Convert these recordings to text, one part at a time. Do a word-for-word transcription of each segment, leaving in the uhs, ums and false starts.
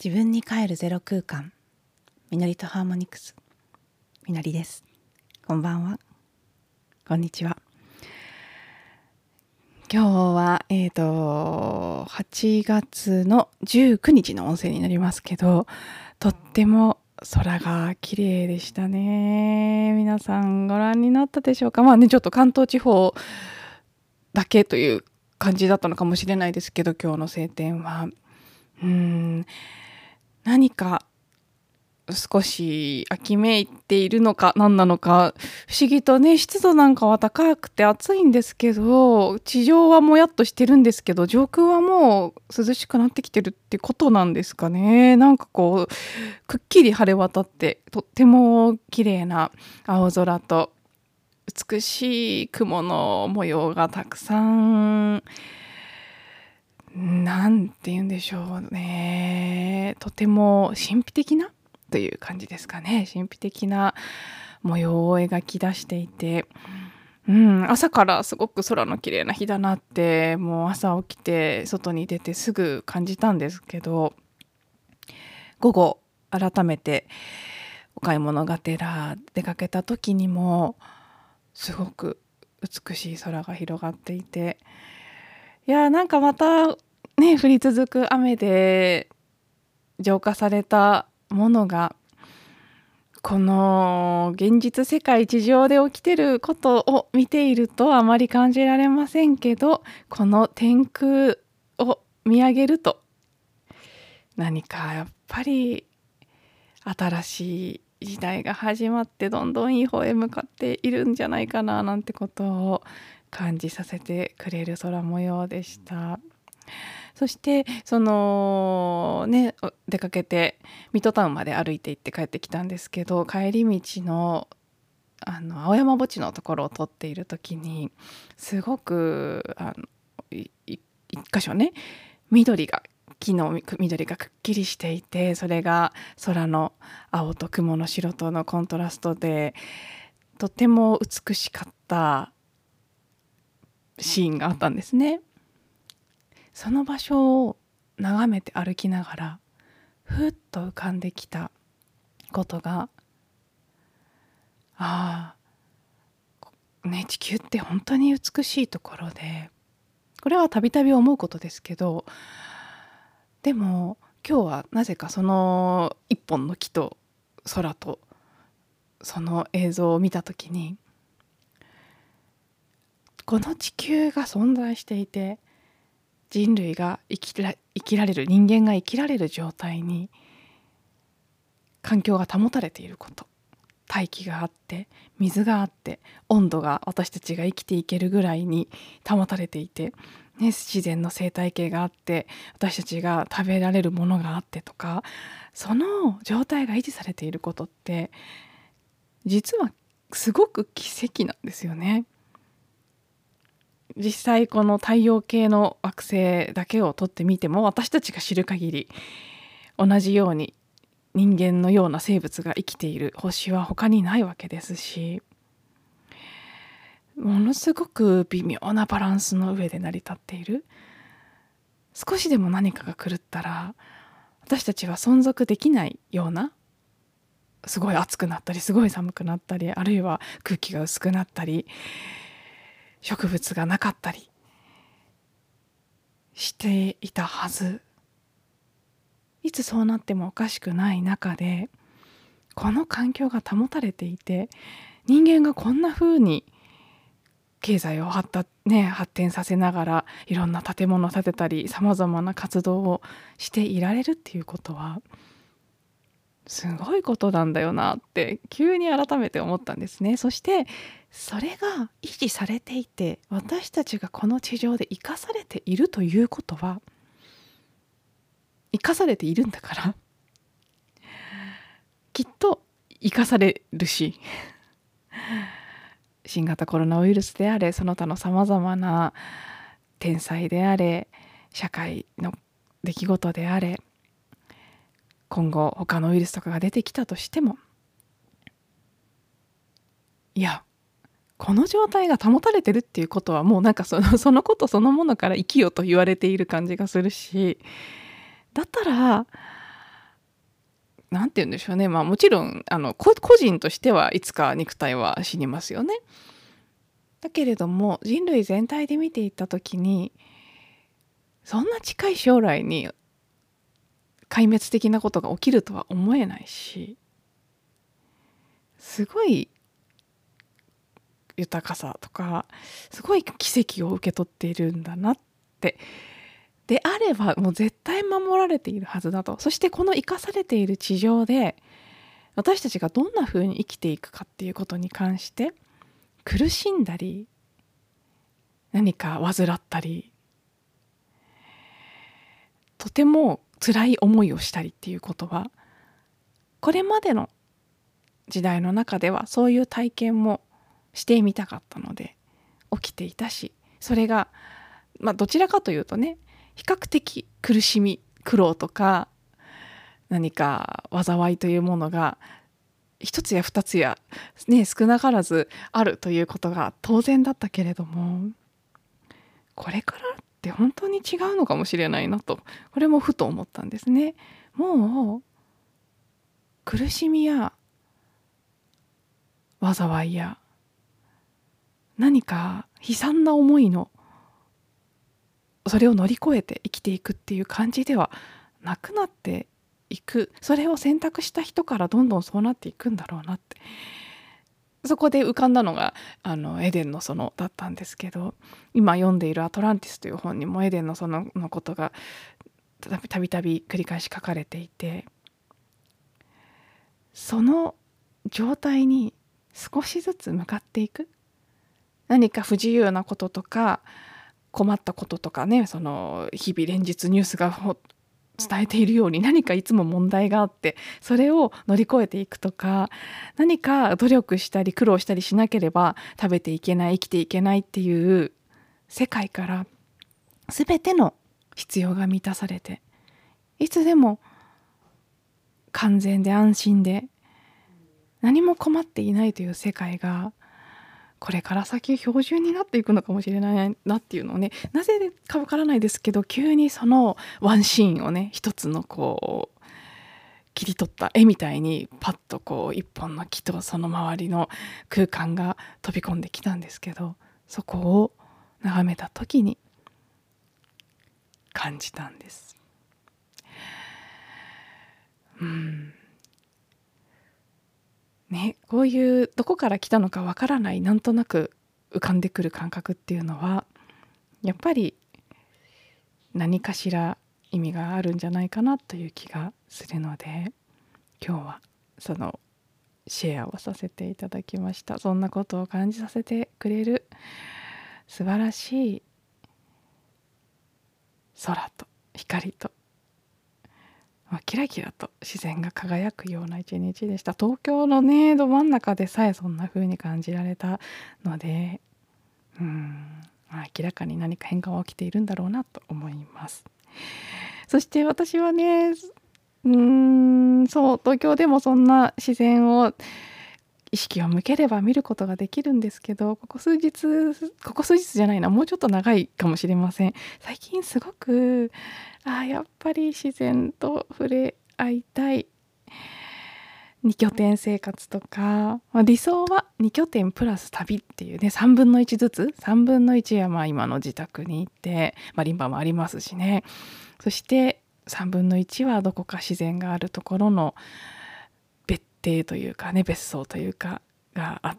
自分に帰るゼロ空間、みのりとハーモニクス、みのりです。こんばんは、こんにちは。今日はえーとはちがつのじゅうくにちの音声になりますけど、とっても空が綺麗でしたね。皆さんご覧になったでしょうか。まあね、ちょっと関東地方だけという感じだったのかもしれないですけど、今日の晴天はうーん何か少し秋めいているのか何なのか不思議とね、湿度なんかは高くて暑いんですけど、地上はもやっとしてるんですけど、上空はもう涼しくなってきてるってことなんですかね。なんかこうくっきり晴れ渡ってとっても綺麗な青空と美しい雲の模様がたくさん、なんて言うんでしょうね、とても神秘的なという感じですかね。神秘的な模様を描き出していて、うん、朝からすごく空の綺麗な日だなって、もう朝起きて外に出てすぐ感じたんですけど、午後改めてお買い物がてら出かけた時にもすごく美しい空が広がっていて、いやなんかまたね、降り続く雨で浄化されたものがこの現実世界地上で起きてることを見ているとあまり感じられませんけど、この天空を見上げると何かやっぱり新しい時代が始まってどんどんいい方へ向かっているんじゃないかななんてことを感じさせてくれる空模様でした。そしてそのね、出かけてミッドタウンまで歩いて行って帰ってきたんですけど、帰り道のあの青山墓地のところを通っている時にすごくあのいい一箇所ね、緑が木の緑がくっきりしていて、それが空の青と雲の白とのコントラストでとても美しかったシーンがあったんですね。その場所を眺めて歩きながらふっと浮かんできたことが、ああね、地球って本当に美しいところで、これはたびたび思うことですけど、でも今日はなぜかその一本の木と空とその映像を見た時に、この地球が存在していて人類が生きら、生きられる人間が生きられる状態に環境が保たれていること、大気があって水があって温度が私たちが生きていけるぐらいに保たれていて、ね、自然の生態系があって私たちが食べられるものがあってとか、その状態が維持されていることって実はすごく奇跡なんですよね。実際この太陽系の惑星だけを取ってみても、私たちが知る限り同じように人間のような生物が生きている星は他にないわけですし、ものすごく微妙なバランスの上で成り立っている。少しでも何かが狂ったら私たちは存続できないような、すごい暑くなったりすごい寒くなったり、あるいは空気が薄くなったり植物がなかったりしていたはず。いつそうなってもおかしくない中でこの環境が保たれていて、人間がこんな風に経済を発達、ね、発展させながらいろんな建物を建てたりさまざまな活動をしていられるっていうことはすごいことなんだよなって急に改めて思ったんですね。そしてそれが維持されていて私たちがこの地上で生かされているということは、生かされているんだからきっと生かされるし、新型コロナウイルスであれその他のさまざまな天災であれ社会の出来事であれ、今後他のウイルスとかが出てきたとしても、いやこの状態が保たれてるっていうことはもうなんかその、そのことそのものから生きよと言われている感じがするし、だったらなんて言うんでしょうね、まあもちろんあの個個人としてはいつか肉体は死にますよね。だけれども人類全体で見ていった時にそんな近い将来に壊滅的なことが起きるとは思えないし、すごい豊かさとかすごい奇跡を受け取っているんだなって、であればもう絶対守られているはずだと。そしてこの生かされている地上で私たちがどんな風に生きていくかっていうことに関して苦しんだり何か患ったりとても辛い思いをしたりっていうことはこれまでの時代の中ではそういう体験もしてみたかったので起きていたし、それがまあどちらかというとね、比較的苦しみ苦労とか何か災いというものが一つや二つや、ね、少なからずあるということが当然だったけれども、これからって本当に違うのかもしれないなと、これもふと思ったんですね。もう苦しみや災いや何か悲惨な思いのそれを乗り越えて生きていくっていう感じではなくなっていく、それを選択した人からどんどんそうなっていくんだろうなって、そこで浮かんだのがあのエデンの園だったんですけど、今読んでいる「アトランティス」という本にもエデンの園のことがたびたび繰り返し書かれていて、その状態に少しずつ向かっていく、何か不自由なこととか困ったこととかね、その日々連日ニュースが伝えているように何かいつも問題があってそれを乗り越えていくとか、何か努力したり苦労したりしなければ食べていけない生きていけないっていう世界から全ての必要が満たされて、いつでも完全で安心で何も困っていないという世界がこれから先標準になっていくのかもしれないなっていうのをね、なぜかわからないですけど急にそのワンシーンをね、一つのこう切り取った絵みたいにパッとこう一本の木とその周りの空間が飛び込んできたんですけど、そこを眺めた時に感じたんです。うんね、こういうどこから来たのかわからないなんとなく浮かんでくる感覚っていうのはやっぱり何かしら意味があるんじゃないかなという気がするので、今日はそのシェアをさせていただきました。そんなことを感じさせてくれる素晴らしい空と光とキラキラと自然が輝くような一日でした。東京のねど真ん中でさえそんな風に感じられたので、うーん明らかに何か変化が起きているんだろうなと思います。そして私はね、うーんそう東京でもそんな自然を意識を向ければ見ることができるんですけど、ここ数日ここ数日じゃないな、もうちょっと長いかもしれません。最近すごくあやっぱり自然と触れ合いたい、に拠点生活とか、まあ、理想はに拠点プラス旅っていうね、さんぶんのいちずつさんぶんのいちはまあ今の自宅に行って、まあ、リンバもありますしね、そしてさんぶんのいちはどこか自然があるところの別邸というかね、別荘というかがあって、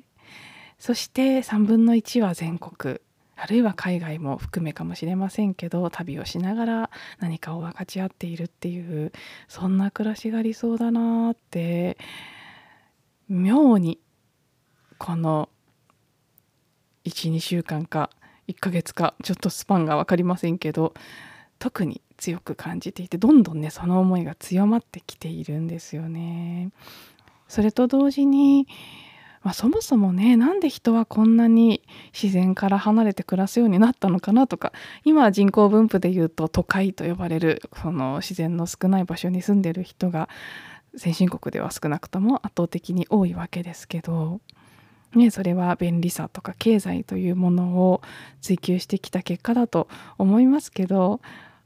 そしてさんぶんのいちは全国あるいは海外も含めかもしれませんけど旅をしながら何かを分かち合っているっていう、そんな暮らしが理想だなって妙にこのいち、にしゅうかんかいっかげつかちょっとスパンが分かりませんけど特に強く感じていて、どんどんねその思いが強まってきているんですよね。それと同時にまあ、そもそもねなんで人はこんなに自然から離れて暮らすようになったのかなとか、今は人口分布でいうと都会と呼ばれるその自然の少ない場所に住んでる人が先進国では少なくとも圧倒的に多いわけですけど、ね、それは便利さとか経済というものを追求してきた結果だと思いますけど、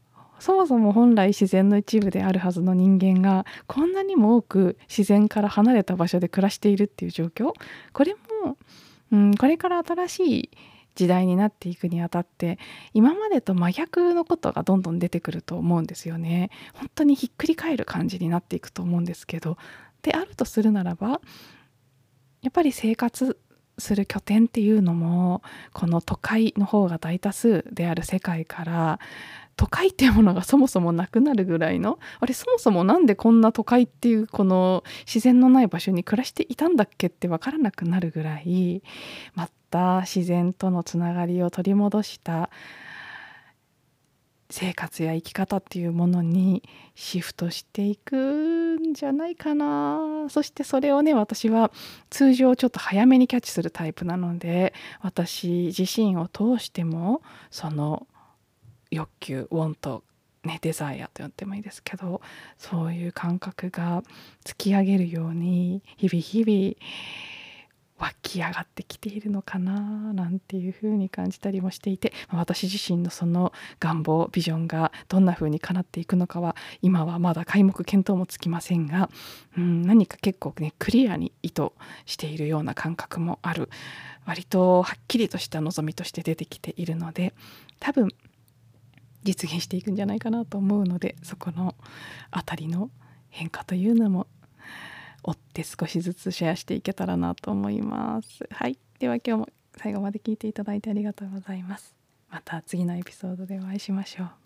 そもそも本来自然の一部であるはずの人間がこんなにも多く自然から離れた場所で暮らしているっていう状況、これも、うん、これから新しい時代になっていくにあたって今までと真逆のことがどんどん出てくると思うんですよね。本当にひっくり返る感じになっていくと思うんですけど、であるとするならば、やっぱり生活する拠点っていうのもこの都会の方が大多数である世界から、都会っていうものがそもそもなくなるぐらいの、あれそもそもなんでこんな都会っていうこの自然のない場所に暮らしていたんだっけって分からなくなるぐらい、また自然とのつながりを取り戻した生活や生き方っていうものにシフトしていくんじゃないかな。そしてそれをね、私は通常ちょっと早めにキャッチするタイプなので、私自身を通してもその欲求、ウォント、ね、デザイアと言ってもいいですけど、そういう感覚が突き上げるように日々日々湧き上がってきているのかななんていう風に感じたりもしていて、私自身のその願望ビジョンがどんな風に叶っていくのかは今はまだ皆目見当もつきませんが、うん、何か結構ねクリアに意図しているような感覚もある、割とはっきりとした望みとして出てきているので、多分実現していくんじゃないかなと思うので、そこのあたりの変化というのも追って少しずつシェアしていけたらなと思います。はい、では今日も最後まで聞いていただいてありがとうございます。また次のエピソードでお会いしましょう。